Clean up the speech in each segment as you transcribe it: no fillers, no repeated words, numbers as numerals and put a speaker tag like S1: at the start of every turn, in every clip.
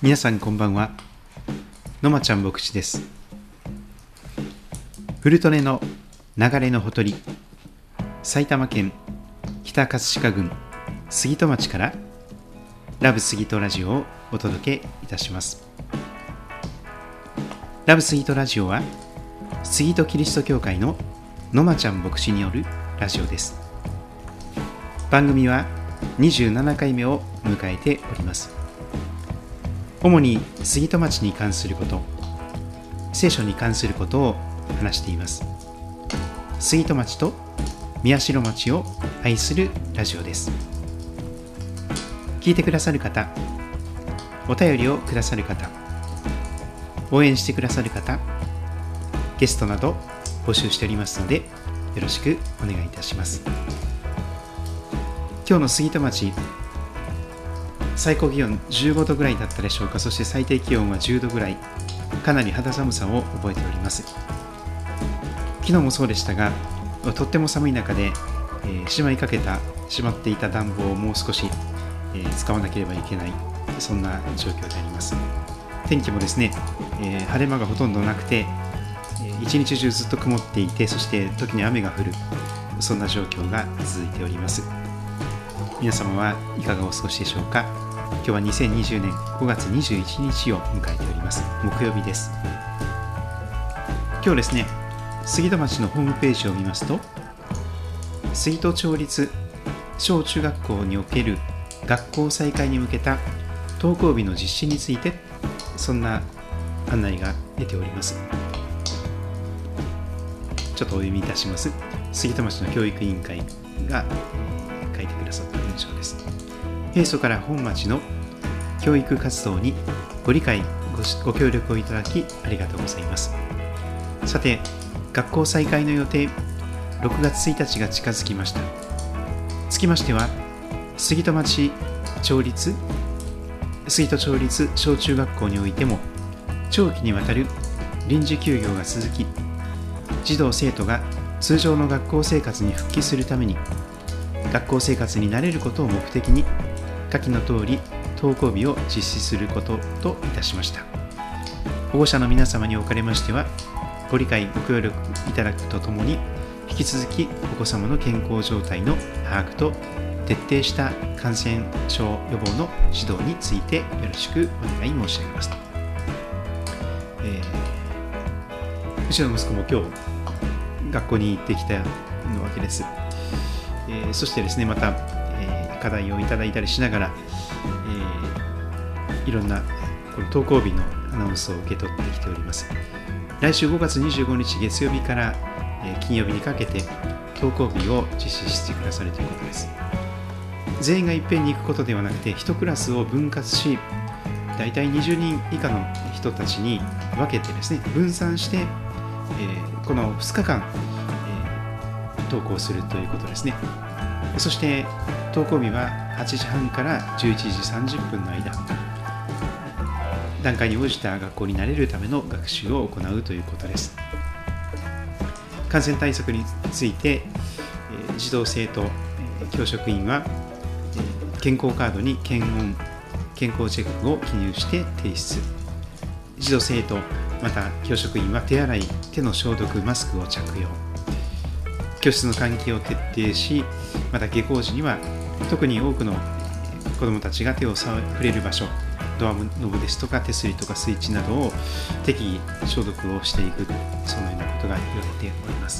S1: 皆さんこんばんは。のまちゃん牧師です。古利根の流れのほとり、埼玉県北葛飾郡杉戸町からラブ杉戸ラジオをお届けいたします。ラブ杉戸ラジオは杉戸キリスト教会ののまちゃん牧師によるラジオです。番組は27回目を迎えております。主に杉戸町に関すること、聖書に関することを話しています。杉戸町と宮代町を愛するラジオです。聞いてくださる方、お便りをくださる方、応援してくださる方、ゲストなど募集しておりますので、よろしくお願いいたします。今日の杉戸町、最高気温15度ぐらいだったでしょうか。そして最低気温は10度ぐらい、かなり肌寒さを覚えております。昨日もそうでしたが、とっても寒い中で、しまっていた暖房をもう少し、使わなければいけない、そんな状況であります。天気もですね、晴れ間がほとんどなくて、一日中ずっと曇っていて、そして時に雨が降る、そんな状況が続いております。皆様はいかがお過ごしでしょうか。今日は2020年5月21日を迎えております。木曜日です。今日ですね、杉戸町のホームページを見ますと、杉戸町立小中学校における学校再開に向けた登校日の実施について、そんな案内が出ております。ちょっとお読みいたします。杉戸町の教育委員会が書いてくださった文章です。平素から本町の教育活動にご理解ご協力をいただきありがとうございます。さて、学校再開の予定6月1日が近づきました。つきましては、杉戸町立小中学校においても長期にわたる臨時休業が続き、児童生徒が通常の学校生活に復帰するために学校生活に慣れることを目的に、下記の通り登校日を実施することといたしました。保護者の皆様におかれましては、ご理解ご協力いただくとともに、引き続きお子様の健康状態の把握と徹底した感染症予防の指導についてよろしくお願い申し上げますと。うちの息子も今日学校に行ってきたわけです。そしてですね、また、課題をいただいたりしながら、いろんなこの登校日のアナウンスを受け取ってきております。来週5月25日月曜日から、金曜日にかけて登校日を実施してくださるということです。全員がいっぺんに行くことではなくて、1クラスを分割し、だいたい20人以下の人たちに分けてですね、分散して、この2日間、登校するということですね。そして登校日は8時半から11時30分の間、段階に応じた学校に慣れるための学習を行うということです。感染対策について、児童生徒、教職員は健康カードに検温、健康チェックを記入して提出。児童生徒また教職員は手洗い、手の消毒、マスクを着用。教室の換気を徹底し、また下校時には特に多くの子どもたちが手を触れる場所、ドアノブですとか手すりとかスイッチなどを適宜消毒をしていく、そのようなことが言われております。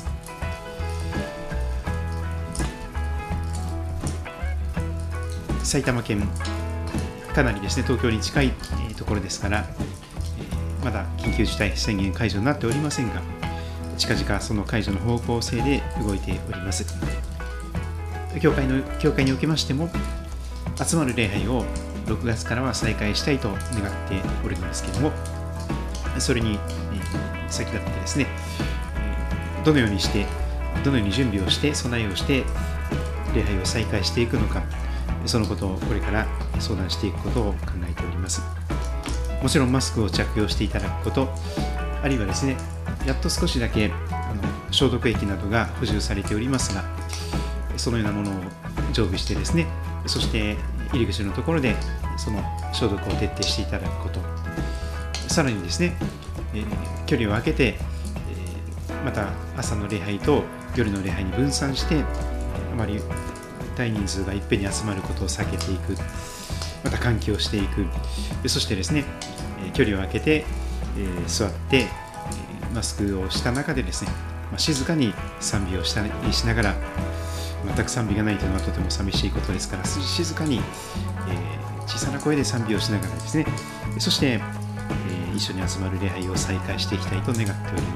S1: 埼玉県、かなりですね、東京に近いところですから、まだ緊急事態宣言解除になっておりませんが、近々その解除の方向性で動いております。教会におきましても、集まる礼拝を6月からは再開したいと願っておるのですけれども、それに先立ってですね、どのように準備をして備えをして礼拝を再開していくのか、そのことをこれから相談していくことを考えております。もちろんマスクを着用していただくこと、あるいはですね、やっと少しだけ消毒液などが補充されておりますが、そのようなものを常備してですね、そして入り口のところでその消毒を徹底していただくこと、さらにですね、距離を空けて、また朝の礼拝と夜の礼拝に分散して、あまり大人数がいっぺんに集まることを避けていく、また換気をしていく、そしてですね、距離を空けて、座って、マスクをした中でですね、静かに賛美をしたりしながら、全く賛美がないというのはとても寂しいことですから、静かに、小さな声で賛美をしながらですね、そして、一緒に集まる礼拝を再開していきたいと願っております。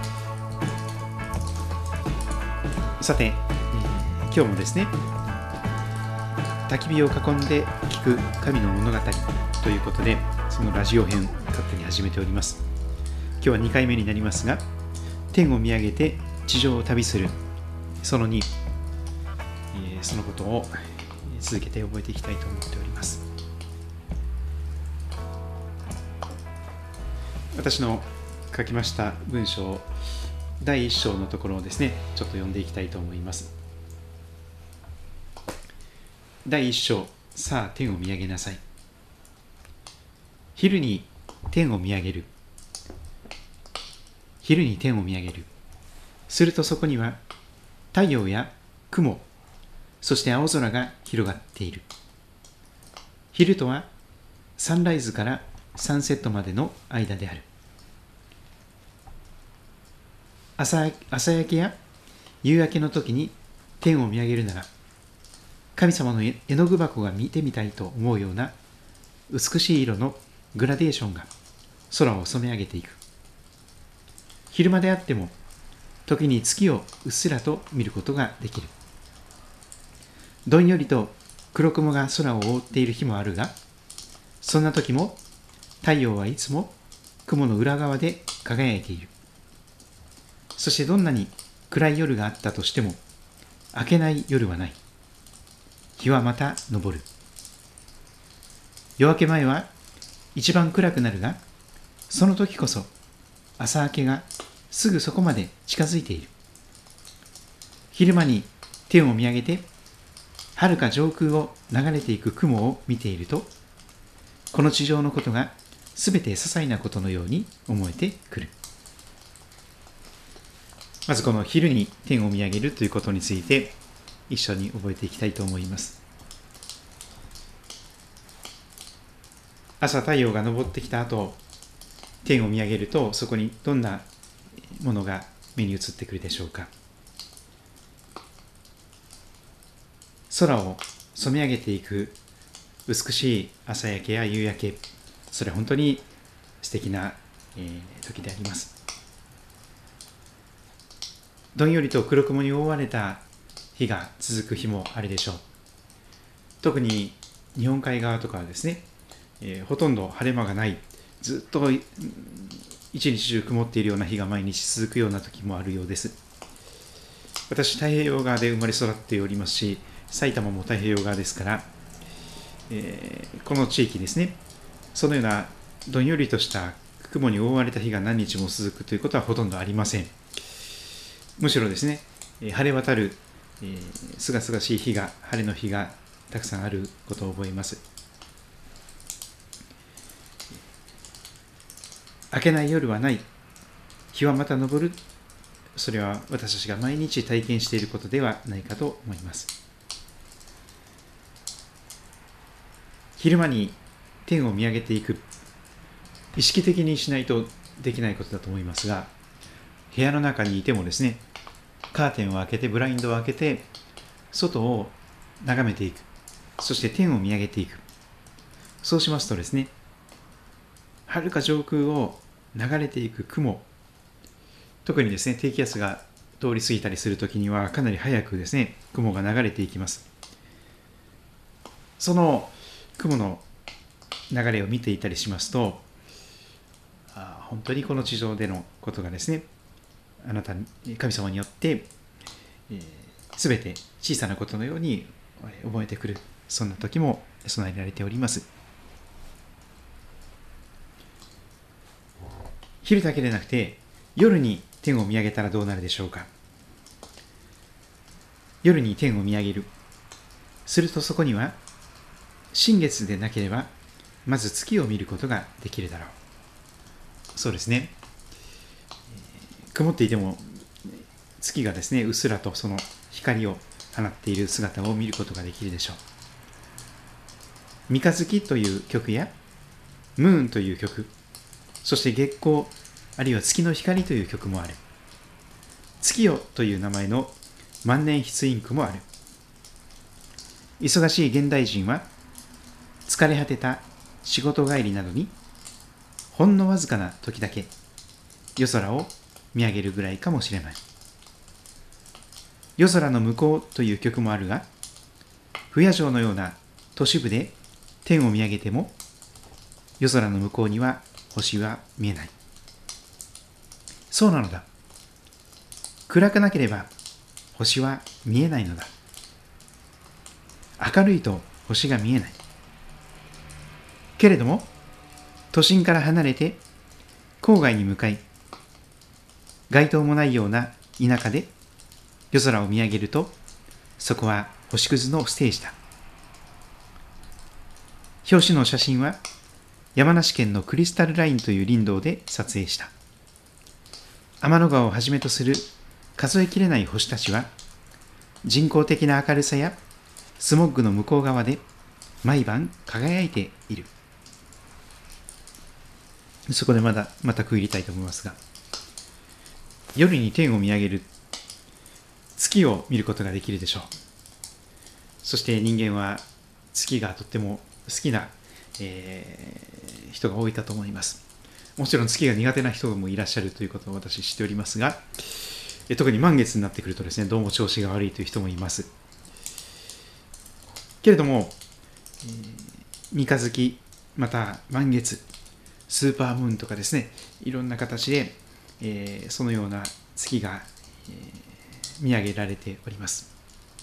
S1: さて、今日もですね、焚き火を囲んで聞く神の物語ということで、そのラジオ編勝手に始めております。今日は2回目になりますが、天を見上げて地上を旅する、その2、そのことを続けて覚えていきたいと思っております。私の書きました文章、第1章のところをですね、ちょっと読んでいきたいと思います。第1章、さあ天を見上げなさい。昼に天を見上げる。昼に天を見上げる。するとそこには太陽や雲、そして青空が広がっている。昼とはサンライズからサンセットまでの間である。朝焼けや夕焼けの時に天を見上げるなら、神様の絵の具箱が見てみたいと思うような美しい色のグラデーションが空を染め上げていく。昼間であっても時に月をうっすらと見ることができる。どんよりと黒雲が空を覆っている日もあるが、そんな時も太陽はいつも雲の裏側で輝いている。そしてどんなに暗い夜があったとしても、明けない夜はない。日はまた昇る。夜明け前は一番暗くなるが、その時こそ朝明けがすぐそこまで近づいている。昼間に天を見上げて、遥か上空を流れていく雲を見ていると、この地上のことがすべて些細なことのように思えてくる。まずこの昼に天を見上げるということについて一緒に覚えていきたいと思います。朝太陽が昇ってきた後、天を見上げるとそこにどんなものが目に映ってくるでしょうか。空を染め上げていく美しい朝焼けや夕焼け、それは本当に素敵な、時であります。どんよりと黒雲に覆われた日が続く日もあるでしょう。特に日本海側とかはですね、ほとんど晴れ間がない、ずっと一日中曇っているような日が毎日続くような時もあるようです。私、太平洋側で生まれ育っておりますし、埼玉も太平洋側ですから、この地域ですね、そのようなどんよりとした雲に覆われた日が何日も続くということはほとんどありません。むしろですね、晴れ渡る、すがすがしい日が、晴れの日がたくさんあることを覚えます。明けない夜はない。日はまた昇る。それは私たちが毎日体験していることではないかと思います。昼間に天を見上げていく。意識的にしないとできないことだと思いますが、部屋の中にいてもですね、カーテンを開けてブラインドを開けて外を眺めていく。そして天を見上げていく。そうしますとですね、遥か上空を流れていく雲、特にですね、低気圧が通り過ぎたりするときにはかなり早くですね、雲が流れていきます。その雲の流れを見ていたりしますと、本当にこの地上でのことがですね、あなたに神様によってすべて小さなことのように覚えてくる、そんな時も備えられております。昼だけでなくて夜に天を見上げたらどうなるでしょうか。夜に天を見上げる。するとそこには新月でなければまず月を見ることができるだろう。そうですね、曇っていても月がですね、うっすらとその光を放っている姿を見ることができるでしょう。三日月という曲やムーンという曲、そして月光あるいは月の光という曲もある。月夜という名前の万年筆インクもある。忙しい現代人は疲れ果てた仕事帰りなどにほんのわずかな時だけ夜空を見上げるぐらいかもしれない。夜空の向こうという曲もあるが、不夜城のような都市部で天を見上げても夜空の向こうには星は見えない。そうなのだ。暗くなければ星は見えないのだ。明るいと星が見えない。けれども、都心から離れて郊外に向かい、街灯もないような田舎で夜空を見上げると、そこは星屑のステージだ。表紙の写真は山梨県のクリスタルラインという林道で撮影した。天の川をはじめとする数えきれない星たちは、人工的な明るさやスモッグの向こう側で毎晩輝いている。そこでまた区切りたいと思いますが、夜に天を見上げる月を見ることができるでしょう。そして人間は月がとっても好きな、人が多いかと思います。もちろん月が苦手な人もいらっしゃるということを私知っておりますが、特に満月になってくるとですね、どうも調子が悪いという人もいます。けれども、三日月、また満月、スーパームーンとかですね、いろんな形で、そのような月が、見上げられております。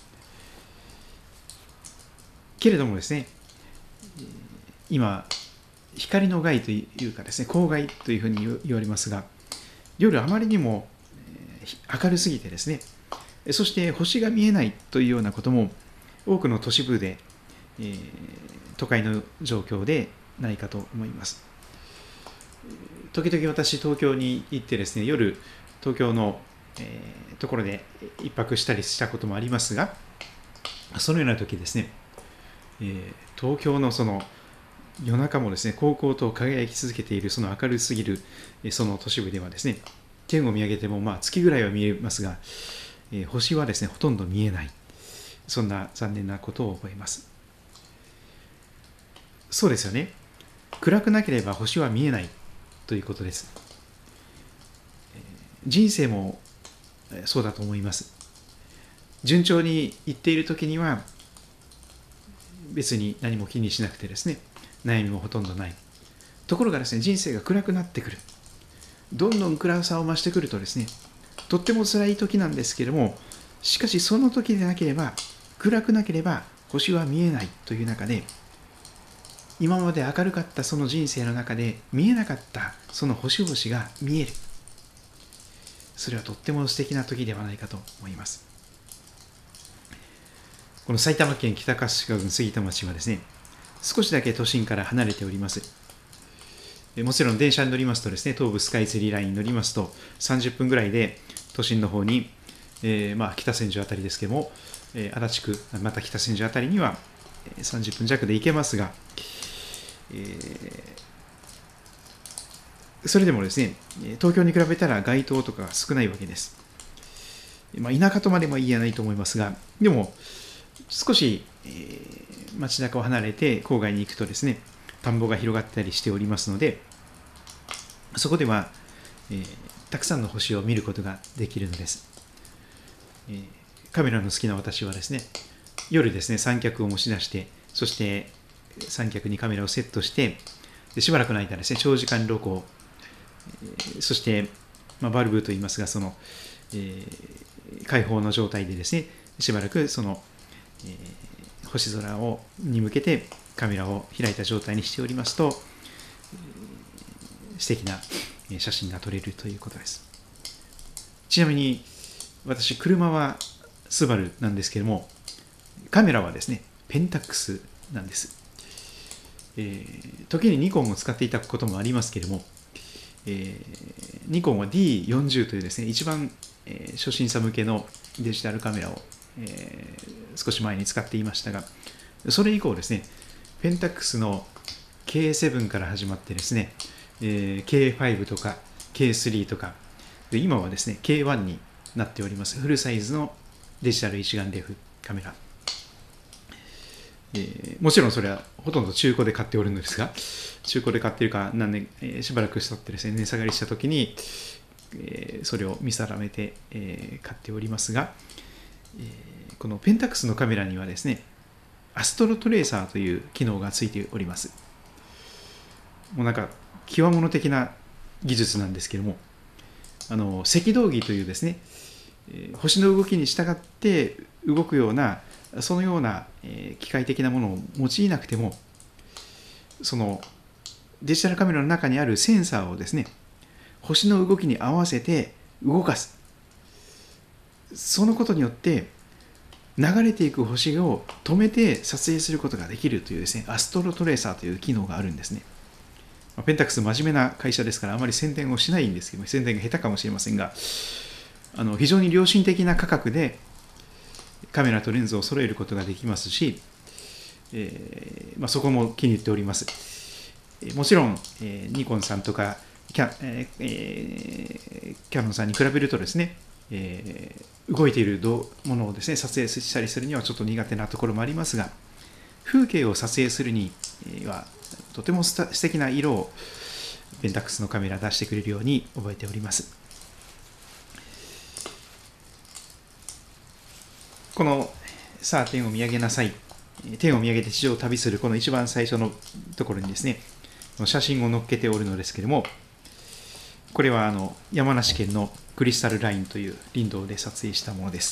S1: けれどもですね、今、光の害というかですね、光害というふうに言われますが、夜あまりにも明るすぎてですね、そして星が見えないというようなことも多くの都市部で、都会の状況でないかと思います。時々私、東京に行ってですね、夜、東京の、ところで一泊したりしたこともありますが、そのような時ですね、東京のその夜中もですね、こうこうと輝き続けているその明るすぎるその都市部ではですね、天を見上げても月ぐらいは見えますが、星はですね、ほとんど見えない。そんな残念なことを覚えます。そうですよね。暗くなければ星は見えないということです。人生もそうだと思います。順調にいっている時には別に何も気にしなくてですね、悩みもほとんどない。ところがですね、人生が暗くなってくる。どんどん暗さを増してくるとですね、とっても辛い時なんですけれども、しかしその時でなければ、暗くなければ星は見えないという中で、今まで明るかったその人生の中で見えなかったその星々が見える。それはとっても素敵な時ではないかと思います。この埼玉県北春日郡杉田町はですね、少しだけ都心から離れております。もちろん電車に乗りますとですね、東武スカイツリーラインに乗りますと30分ぐらいで都心の方に、北千住あたりですけども、足立区、また北千住あたりには30分弱で行けますが、それでもですね、東京に比べたら街灯とかが少ないわけです。田舎とまでも言えないと思いますが、でも少し、街中を離れて郊外に行くとですね、田んぼが広がったりしておりますので、そこでは、たくさんの星を見ることができるのです。カメラの好きな私はですね、夜ですね、三脚を持ち出して、そして三脚にカメラをセットして、でしばらくの間ですね、長時間露光、そして、バルブといいますが、その、開放の状態でですね、しばらくその、星空に向けてカメラを開いた状態にしておりますと、素敵な写真が撮れるということです。ちなみに私、車はスバルなんですけども、カメラはですね、ペンタックスなんです。 時にニコンを使っていたこともありますけれども、ニコンは D40 というですね、一番、初心者向けのデジタルカメラを、少し前に使っていましたが、それ以降ですね、ペンタックスの K7 から始まってですね、K5 とか K3 とか、で今はですね、K1 になっております。フルサイズのデジタル一眼レフカメラ。もちろんそれはほとんど中古で買っておるのですが、中古で買っているか何年、しばらくしたってですね、値下がりしたときに、それを見定めて、買っておりますが、このペンタックスのカメラにはですね、アストロトレーサーという機能がついております。もうなんか、極物的な技術なんですけども、赤道儀というですね、星の動きに従って動くような、そのような機械的なものを用いなくても、そのデジタルカメラの中にあるセンサーをですね、星の動きに合わせて動かす。そのことによって、流れていく星を止めて撮影することができるというですね、アストロトレーサーという機能があるんですね。ペンタックス真面目な会社ですから、あまり宣伝をしないんですけど、宣伝が下手かもしれませんが、非常に良心的な価格でカメラとレンズを揃えることができますし、そこも気に入っております。もちろん、ニコンさんとかキャノンさんに比べるとですね、動いているものをですね、撮影したりするにはちょっと苦手なところもありますが、風景を撮影するにはとても素敵な色をペンタックスのカメラ出してくれるように覚えております。このさあ天を見上げなさい、天を見上げて地上を旅するこの一番最初のところにですね、写真を載っけておるのですけれども、これは山梨県のクリスタルラインという林道で撮影したものです。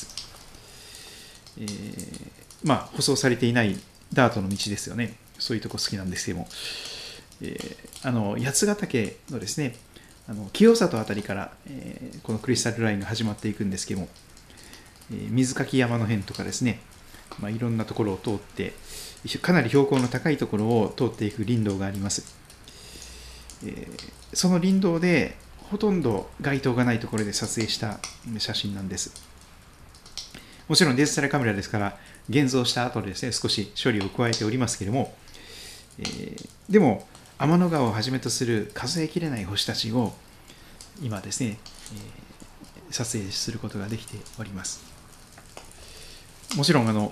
S1: 舗装されていないダートの道ですよね。そういうとこ好きなんですけども、八ヶ岳のですね、清里あたりから、このクリスタルラインが始まっていくんですけども、水か山の辺とかですね、いろんなところを通って、かなり標高の高いところを通っていく林道があります。その林道でほとんど街灯がないところで撮影した写真なんです。もちろんデジタルカメラですから、現像した後でですね、少し処理を加えておりますけれども、でも天の川をはじめとする数えきれない星たちを今ですね、撮影することができております。もちろん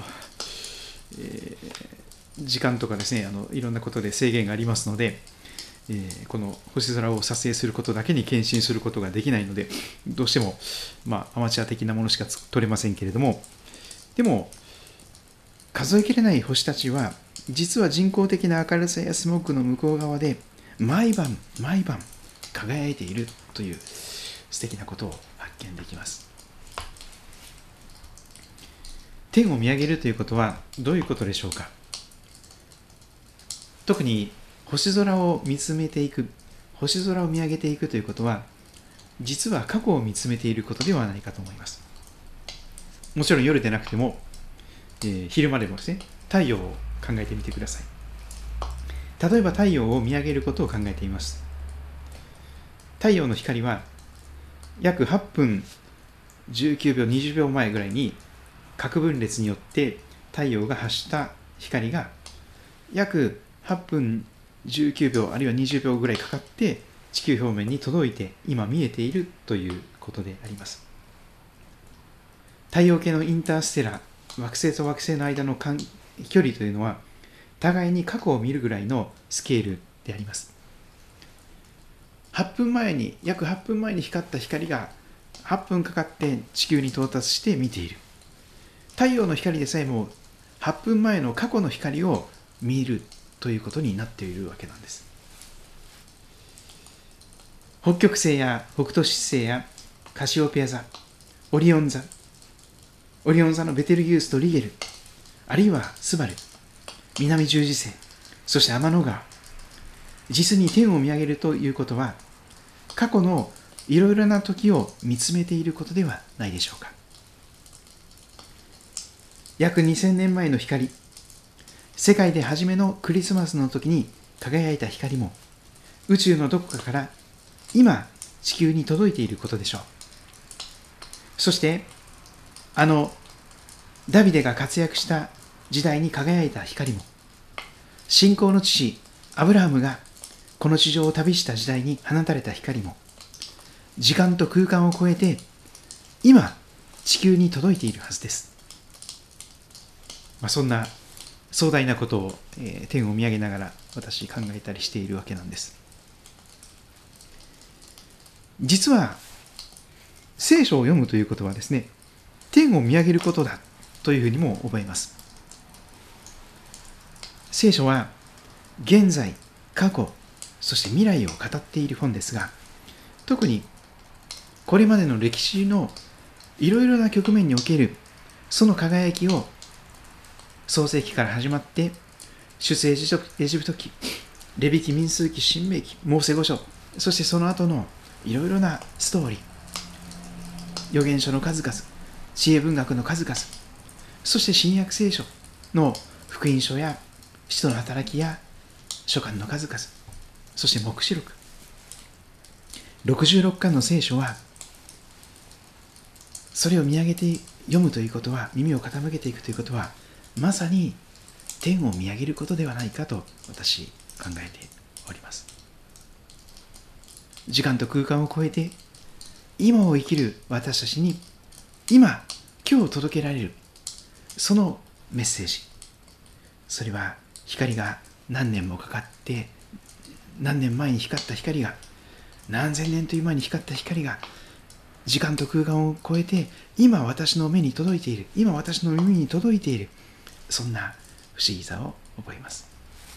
S1: 時間とかですね、いろんなことで制限がありますので、この星空を撮影することだけに献身することができないので、どうしても、アマチュア的なものしか撮れませんけれども、でも数えきれない星たちは実は人工的な明るさやスモークの向こう側で毎晩輝いているという素敵なことを発見できます。天を見上げるということはどういうことでしょうか。特に星空を見つめていく、星空を見上げていくということは、実は過去を見つめていることではないかと思います。もちろん夜でなくても、昼間でもですね、太陽を考えてみてください。例えば太陽を見上げることを考えています。太陽の光は約8分19秒20秒前ぐらいに核分裂によって太陽が発した光が約8分19秒あるいは20秒ぐらいかかって地球表面に届いて今見えているということであります。太陽系のインターステラー、惑星と惑星の間の距離というのは互いに過去を見るぐらいのスケールであります。約8分前に光った光が8分かかって地球に到達して見ている。太陽の光でさえも8分前の過去の光を見るということになっているわけなんです。北極星や北斗七星やカシオペア座、オリオン座のベテルギウスとリゲル、あるいはスバル、南十字星、そして天の川、実に天を見上げるということは過去のいろいろな時を見つめていることではないでしょうか。約2000年前の光、世界で初めのクリスマスの時に輝いた光も宇宙のどこかから今地球に届いていることでしょう。そしてダビデが活躍した時代に輝いた光も、信仰の父アブラハムがこの地上を旅した時代に放たれた光も、時間と空間を超えて今地球に届いているはずです。そんな壮大なことを、天を見上げながら私考えたりしているわけなんです。実は聖書を読むということはですね、天を見上げることだというふうにも覚えます。聖書は現在、過去、そして未来を語っている本ですが、特にこれまでの歴史のいろいろな局面におけるその輝きを、創世記から始まって出エジプト記、レビ記、民数記、申命記、モーセ五書、そしてその後のいろいろなストーリー、預言書の数々、知恵文学の数々、そして新約聖書の福音書や使徒の働きや書簡の数々、そして黙示録、66巻の聖書は、それを見上げて読むということは、耳を傾けていくということは、まさに天を見上げることではないかと私考えております。時間と空間を超えて今を生きる私たちに今日届けられるそのメッセージ、それは光が何年もかかって、何年前に光った光が、何千年という前に光った光が時間と空間を超えて今私の目に届いている、今私の耳に届いている、そんな不思議さを覚えます。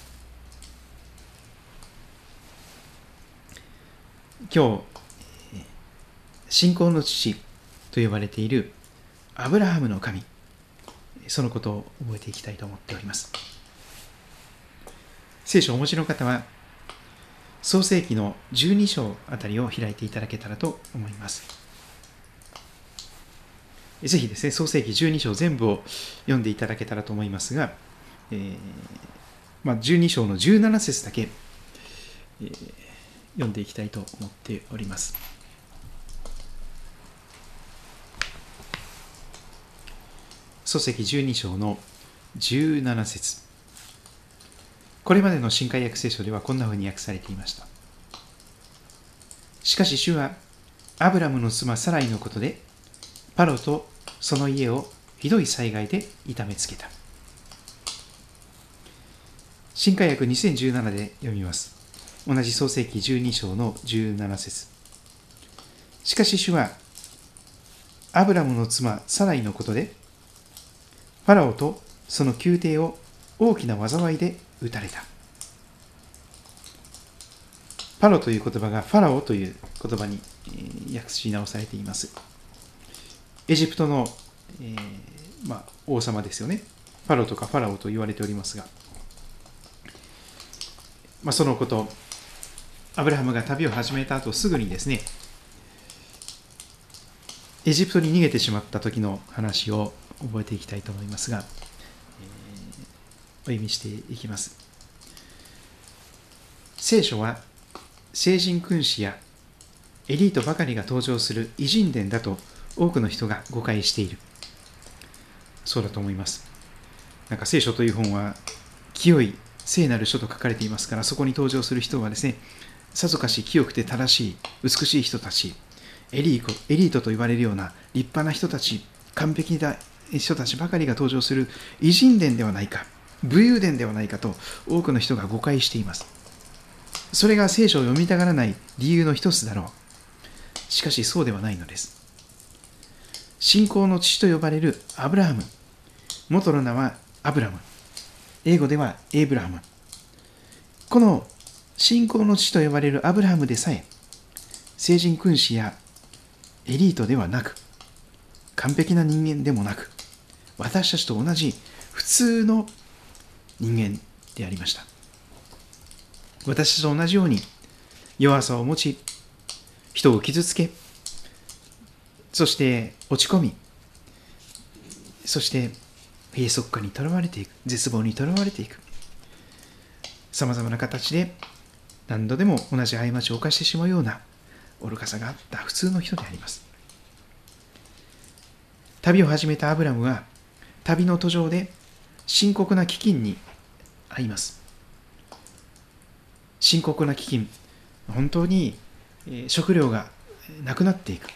S1: 今日、信仰の父と呼ばれているアブラハムの神、そのことを覚えていきたいと思っております。聖書をお持ちの方は創世記の12章あたりを開いていただけたらと思います。ぜひですね、創世記12章全部を読んでいただけたらと思いますが、12章の17節だけ、読んでいきたいと思っております。創世記12章の17節。これまでの新海訳聖書ではこんなふうに訳されていました。しかし主はアブラムの妻サライのことでパロとその家をひどい災害で痛めつけた。新海訳2017で読みます。同じ創世記12章の17節。しかし主はアブラムの妻サライのことでパラオとその宮廷を大きな災いで打たれた。パロという言葉がファラオという言葉に訳し直されています。エジプトの、王様ですよね。パロとかファラオと言われておりますが、そのこと、アブラハムが旅を始めた後すぐにですね、エジプトに逃げてしまった時の話を覚えていきたいと思いますが、お読みしていきます。聖書は聖人君子やエリートばかりが登場する偉人伝だと多くの人が誤解している。そうだと思います。なんか聖書という本は清い聖なる書と書かれていますから、そこに登場する人はですね、さぞかし清くて正しい美しい人たち、エリートと言われるような立派な人たち、完璧な人たちばかりが登場する偉人伝ではないか、武勇伝ではないかと多くの人が誤解しています。それが聖書を読みたがらない理由の一つだろう。しかしそうではないのです。信仰の父と呼ばれるアブラハム、元の名はアブラム、英語ではエイブラハム。この信仰の父と呼ばれるアブラハムでさえ、聖人君子やエリートではなく、完璧な人間でもなく、私たちと同じ普通の人間でありました。私たちと同じように弱さを持ち、人を傷つけ、そして落ち込み、そして閉塞感にとらわれていく、絶望にとらわれていく。 さまざまな形で何度でも同じ過ちを犯してしまうような愚かさがあった普通の人であります。旅を始めたアブラムは旅の途上で深刻な飢饉に遭います。深刻な飢饉、本当に食料がなくなっていく、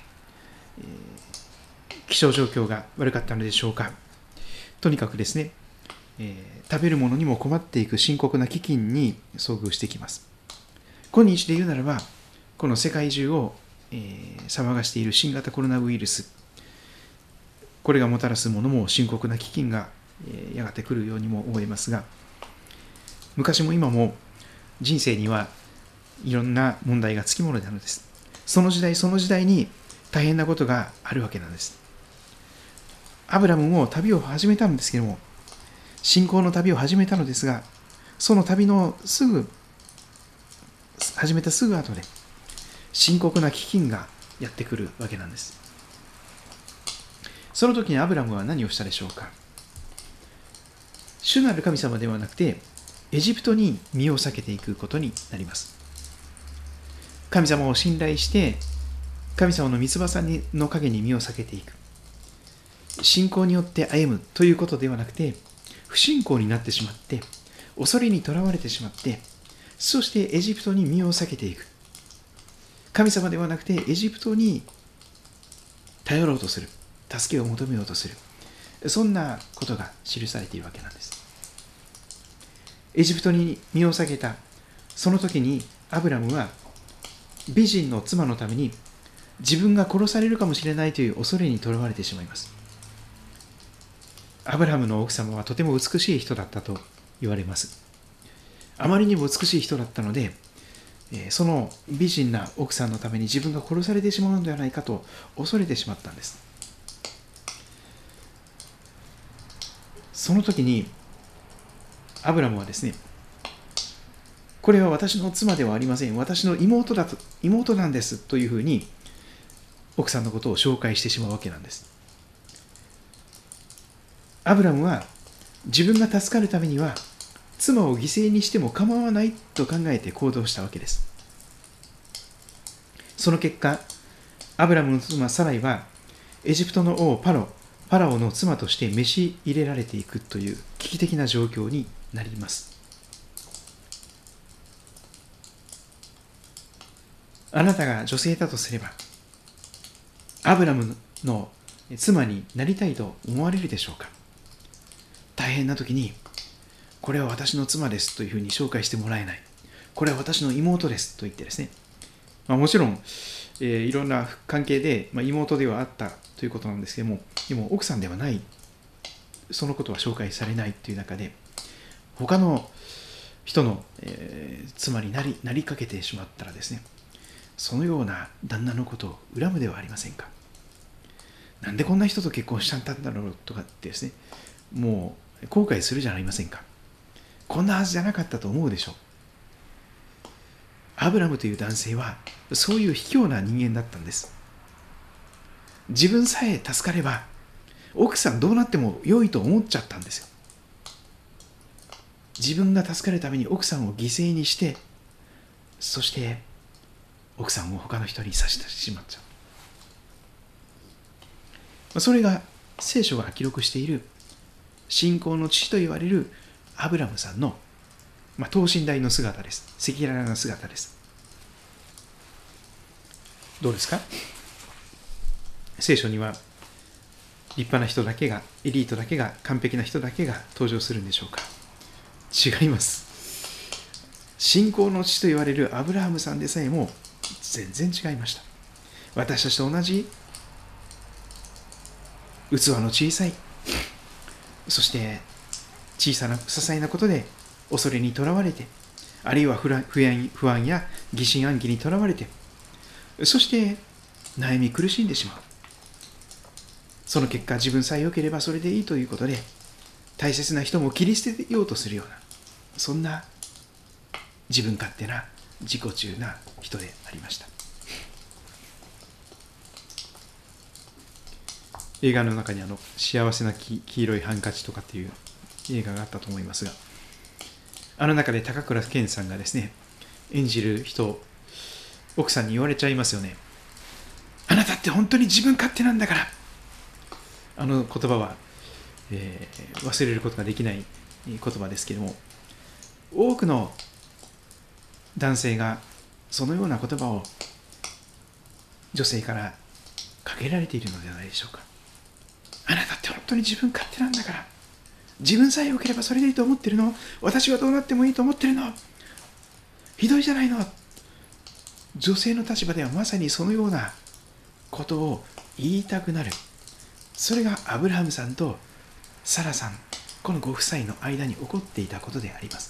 S1: 気象状況が悪かったのでしょうか。とにかくですね、食べるものにも困っていく深刻な飢饉に遭遇してきます。今日で言うならば、この世界中を、騒がしている新型コロナウイルス、これがもたらすものも深刻な飢饉が、やがて来るようにも思えますが、昔も今も人生にはいろんな問題がつきものなのです。その時代その時代に大変なことがあるわけなんです。アブラムも旅を始めたんですけども、信仰の旅を始めたのですが、その旅の始めたすぐ後で深刻な飢饉がやってくるわけなんです。その時にアブラムは何をしたでしょうか。主なる神様ではなくてエジプトに身を避けていくことになります。神様を信頼して神様の御翼の陰に身を避けていく、信仰によって歩むということではなくて、不信仰になってしまって恐れにとらわれてしまって、そしてエジプトに身を避けていく、神様ではなくてエジプトに頼ろうとする、助けを求めようとする、そんなことが記されているわけなんです。エジプトに身を避けたその時にアブラムは美人の妻のために自分が殺されるかもしれないという恐れにとらわれてしまいます。アブラムの奥様はとても美しい人だったと言われます。あまりにも美しい人だったので、その美人な奥さんのために自分が殺されてしまうのではないかと恐れてしまったんです。その時にアブラムはですね、これは私の妻ではありません、私の妹なんですというふうに奥さんのことを紹介してしまうわけなんです。アブラムは自分が助かるためには妻を犠牲にしても構わないと考えて行動したわけです。その結果、アブラムの妻サライはエジプトの王パラオの妻として召し入れられていくという危機的な状況になります。あなたが女性だとすれば、アブラムの妻になりたいと思われるでしょうか。大変な時に、これは私の妻ですというふうに紹介してもらえない。これは私の妹ですと言ってですね。もちろん、いろんな関係で、妹ではあったということなんですけども、でも奥さんではない、そのことは紹介されないという中で、他の人の、妻になりかけてしまったらですね、そのような旦那のことを恨むではありませんか。なんでこんな人と結婚したんだろうとかってですね、もう後悔するじゃありませんか。こんなはずじゃなかったと思うでしょう。アブラムという男性はそういう卑怯な人間だったんです。自分さえ助かれば奥さんどうなっても良いと思っちゃったんですよ。自分が助かるために奥さんを犠牲にして、そして奥さんを他の人に差し出してしまっちゃう。それが聖書が記録している信仰の父と言われるアブラムさんの等身大の姿です。赤裸々な姿です。どうですか？聖書には立派な人だけが、エリートだけが、完璧な人だけが登場するんでしょうか？違います。信仰の父と言われるアブラハムさんでさえも全然違いました。私たちと同じ器の小さい、そして小さな些細なことで恐れにとらわれて、あるいは不安や疑心暗鬼にとらわれて、そして悩み苦しんでしまう。その結果、自分さえ良ければそれでいいということで、大切な人も切り捨てようとするような、そんな自分勝手な自己中な人でありました。映画の中に幸せな黄色いハンカチとかっていう映画があったと思いますが、 あの中で高倉健さんがですね、演じる人、奥さんに言われちゃいますよね。あなたって本当に自分勝手なんだから。あの言葉は、忘れることができない言葉ですけれども、多くの男性がそのような言葉を女性からかけられているのではないでしょうか。あなたって本当に自分勝手なんだから、自分さえ良ければそれでいいと思ってるの、私はどうなってもいいと思ってるの、ひどいじゃないの。女性の立場ではまさにそのようなことを言いたくなる。それがアブラハムさんとサラさん、このご夫妻の間に起こっていたことであります。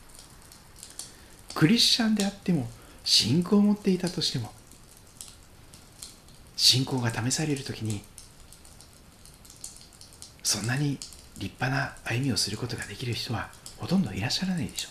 S1: クリスチャンであっても、信仰を持っていたとしても、信仰が試されるときにそんなに立派な歩みをすることができる人はほとんどいらっしゃらないでしょう。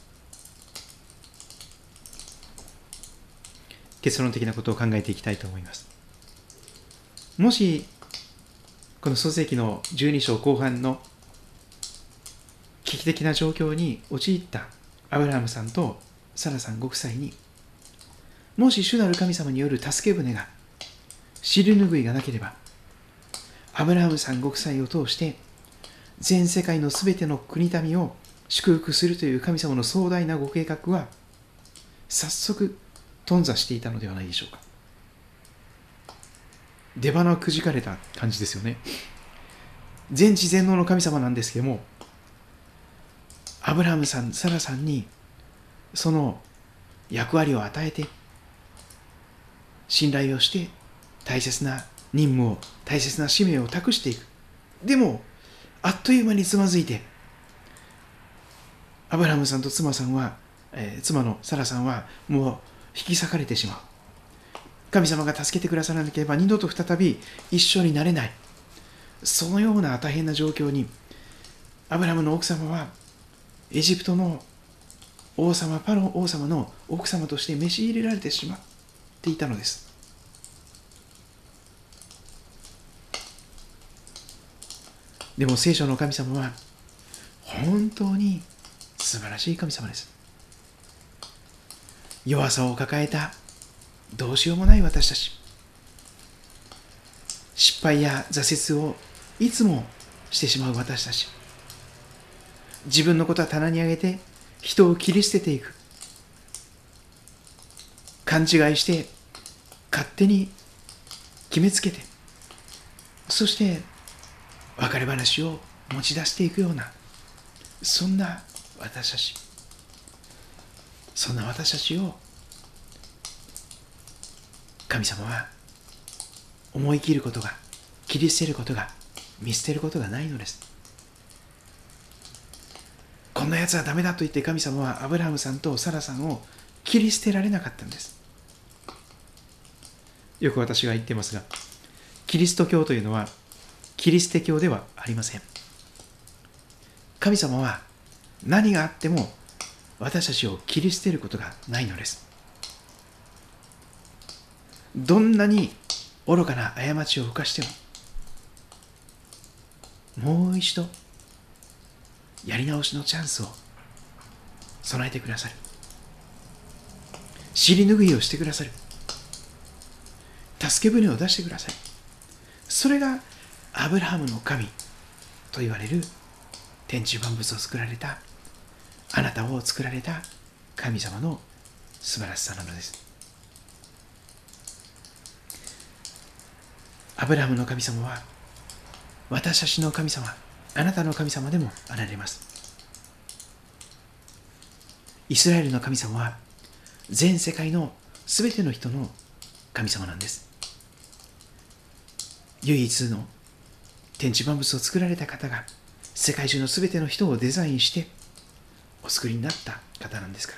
S1: 結論的なことを考えていきたいと思います。もしこの創世記の12章後半の危機的な状況に陥ったアブラハムさんとサラさんご夫妻に、もし主なる神様による助け舟が、尻拭いがなければ、アブラハムさんご夫妻を通して全世界のすべての国民を祝福するという神様の壮大なご計画は早速頓挫していたのではないでしょうか。出花をくじかれた感じですよね。全知全能の神様なんですけども、アブラハムさん、サラさんにその役割を与えて、信頼をして大切な任務を、大切な使命を託していく。でもあっという間につまずいて、アブラハムさんと妻のサラさんはもう引き裂かれてしまう。神様が助けてくださらなければ二度と再び一緒になれない。そのような大変な状況にアブラハムの奥様はエジプトの王様、パロ王様の奥様として召し入れられてしまっていたのです。でも聖書の神様は本当に素晴らしい神様です。弱さを抱えたどうしようもない私たち、失敗や挫折をいつもしてしまう私たち、自分のことは棚に上げて人を切り捨てていく、勘違いして勝手に決めつけて、そして別れ話を持ち出していくような、そんな私たち、を神様は思い切ることが、切り捨てることが、見捨てることがないのです。こんなやつはダメだと言って神様はアブラハムさんとサラさんを切り捨てられなかったんです。よく私が言ってますが、キリスト教というのはキリスト教ではありません。神様は何があっても私たちを切り捨てることがないのです。どんなに愚かな過ちを犯しても、もう一度やり直しのチャンスを備えてくださる。尻拭いをしてくださる。助け舟を出してください。それがアブラハムの神と言われる天地万物を作られた、あなたを作られた神様の素晴らしさなのです。アブラハムの神様は私たちの神様、あなたの神様でもあられます。イスラエルの神様は全世界のすべての人の神様なんです。唯一の天地万物を作られた方が世界中のすべての人をデザインしてお作りになった方なんですから、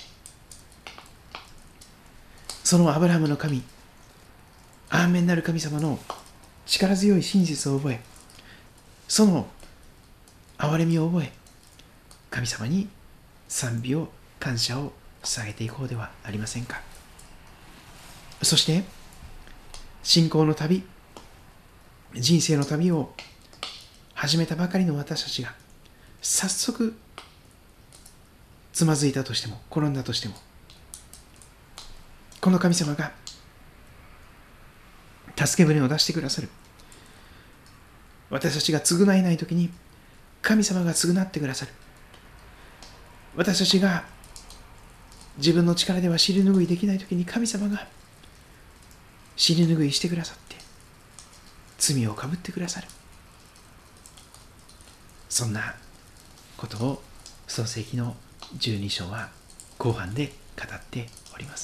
S1: そのアブラハムの神、アーメンなる神様の力強い真実を覚え、その憐れみを覚え、神様に賛美を、感謝を捧げていこうではありませんか。そして信仰の旅、人生の旅を始めたばかりの私たちが早速つまずいたとしても、転んだとしても、この神様が助け舟を出してくださる。私たちが償えないときに神様が償ってくださる。私たちが自分の力では尻拭いできないときに神様が尻拭いしてくださって罪をかぶってくださる。そんなことを創世記の12章は後半で語っております。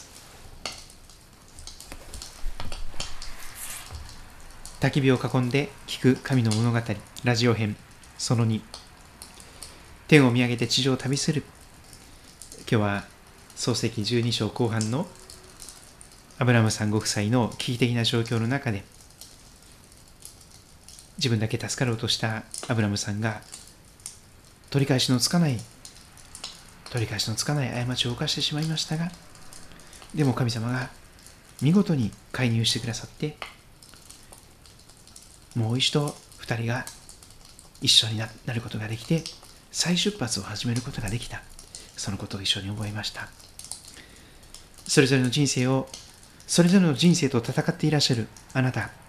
S1: 焚き火を囲んで聞く神の物語ラジオ編その2、天を見上げて地上を旅する。今日は創世記12章後半のアブラムさんご夫妻の危機的な状況の中で、自分だけ助かろうとしたアブラムさんが取り返しのつかない過ちを犯してしまいましたが、でも神様が見事に介入してくださって、もう一度二人が一緒になることができて、再出発を始めることができた。そのことを一緒に覚えました。それぞれの人生と戦っていらっしゃるあなた、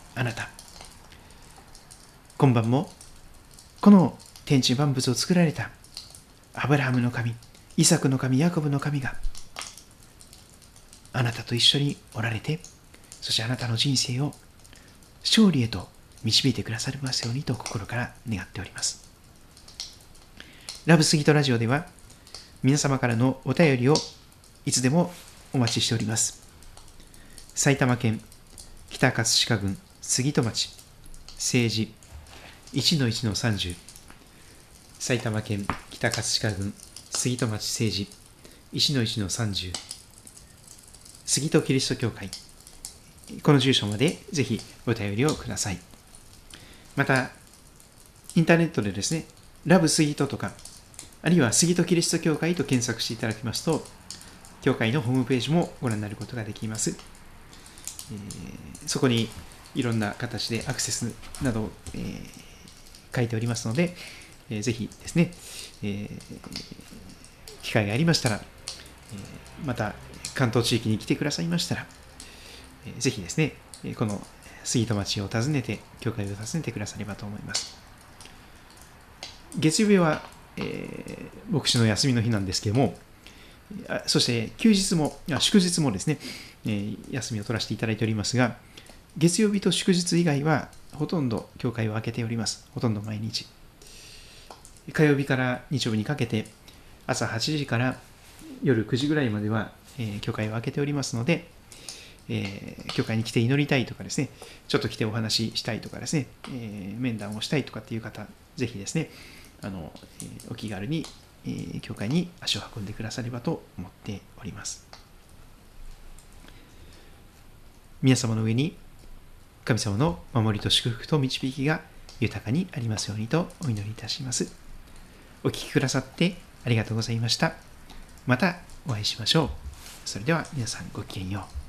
S1: 今晩もこの天地万物を作られたアブラハムの神、イサクの神、ヤコブの神があなたと一緒におられて、そしてあなたの人生を勝利へと導いてくださりますようにと心から願っております。ラブスギートラジオでは皆様からのお便りをいつでもお待ちしております。埼玉県北葛飾郡杉戸町政治 1-1-30、 埼玉県北葛飾郡杉戸町政治 1-1-30、 杉戸キリスト教会、この住所までぜひお便りをください。またインターネットでですね、ラブスギートとか、あるいは杉戸キリスト教会と検索していただきますと、教会のホームページもご覧になることができます。そこにいろんな形でアクセスなど、書いておりますので、ぜひですね、機会がありましたら、また関東地域に来てくださいましたら、ぜひですね、この杉戸町を訪ねて、教会を訪ねてくださればと思います。月曜日は、牧師の休みの日なんですけれども、そして祝日もですね、休みを取らせていただいておりますが、月曜日と祝日以外はほとんど教会を開けております。ほとんど毎日。火曜日から日曜日にかけて、朝8時から夜9時ぐらいまでは、教会を開けておりますので、教会に来て祈りたいとかですね、ちょっと来てお話ししたいとかですね、面談をしたいとかっていう方、ぜひですね、お気軽に、教会に足を運んでくださればと思っております。皆様の上に神様の守りと祝福と導きが豊かにありますようにとお祈りいたします。お聞きくださってありがとうございました。またお会いしましょう。それでは皆さんごきげんよう。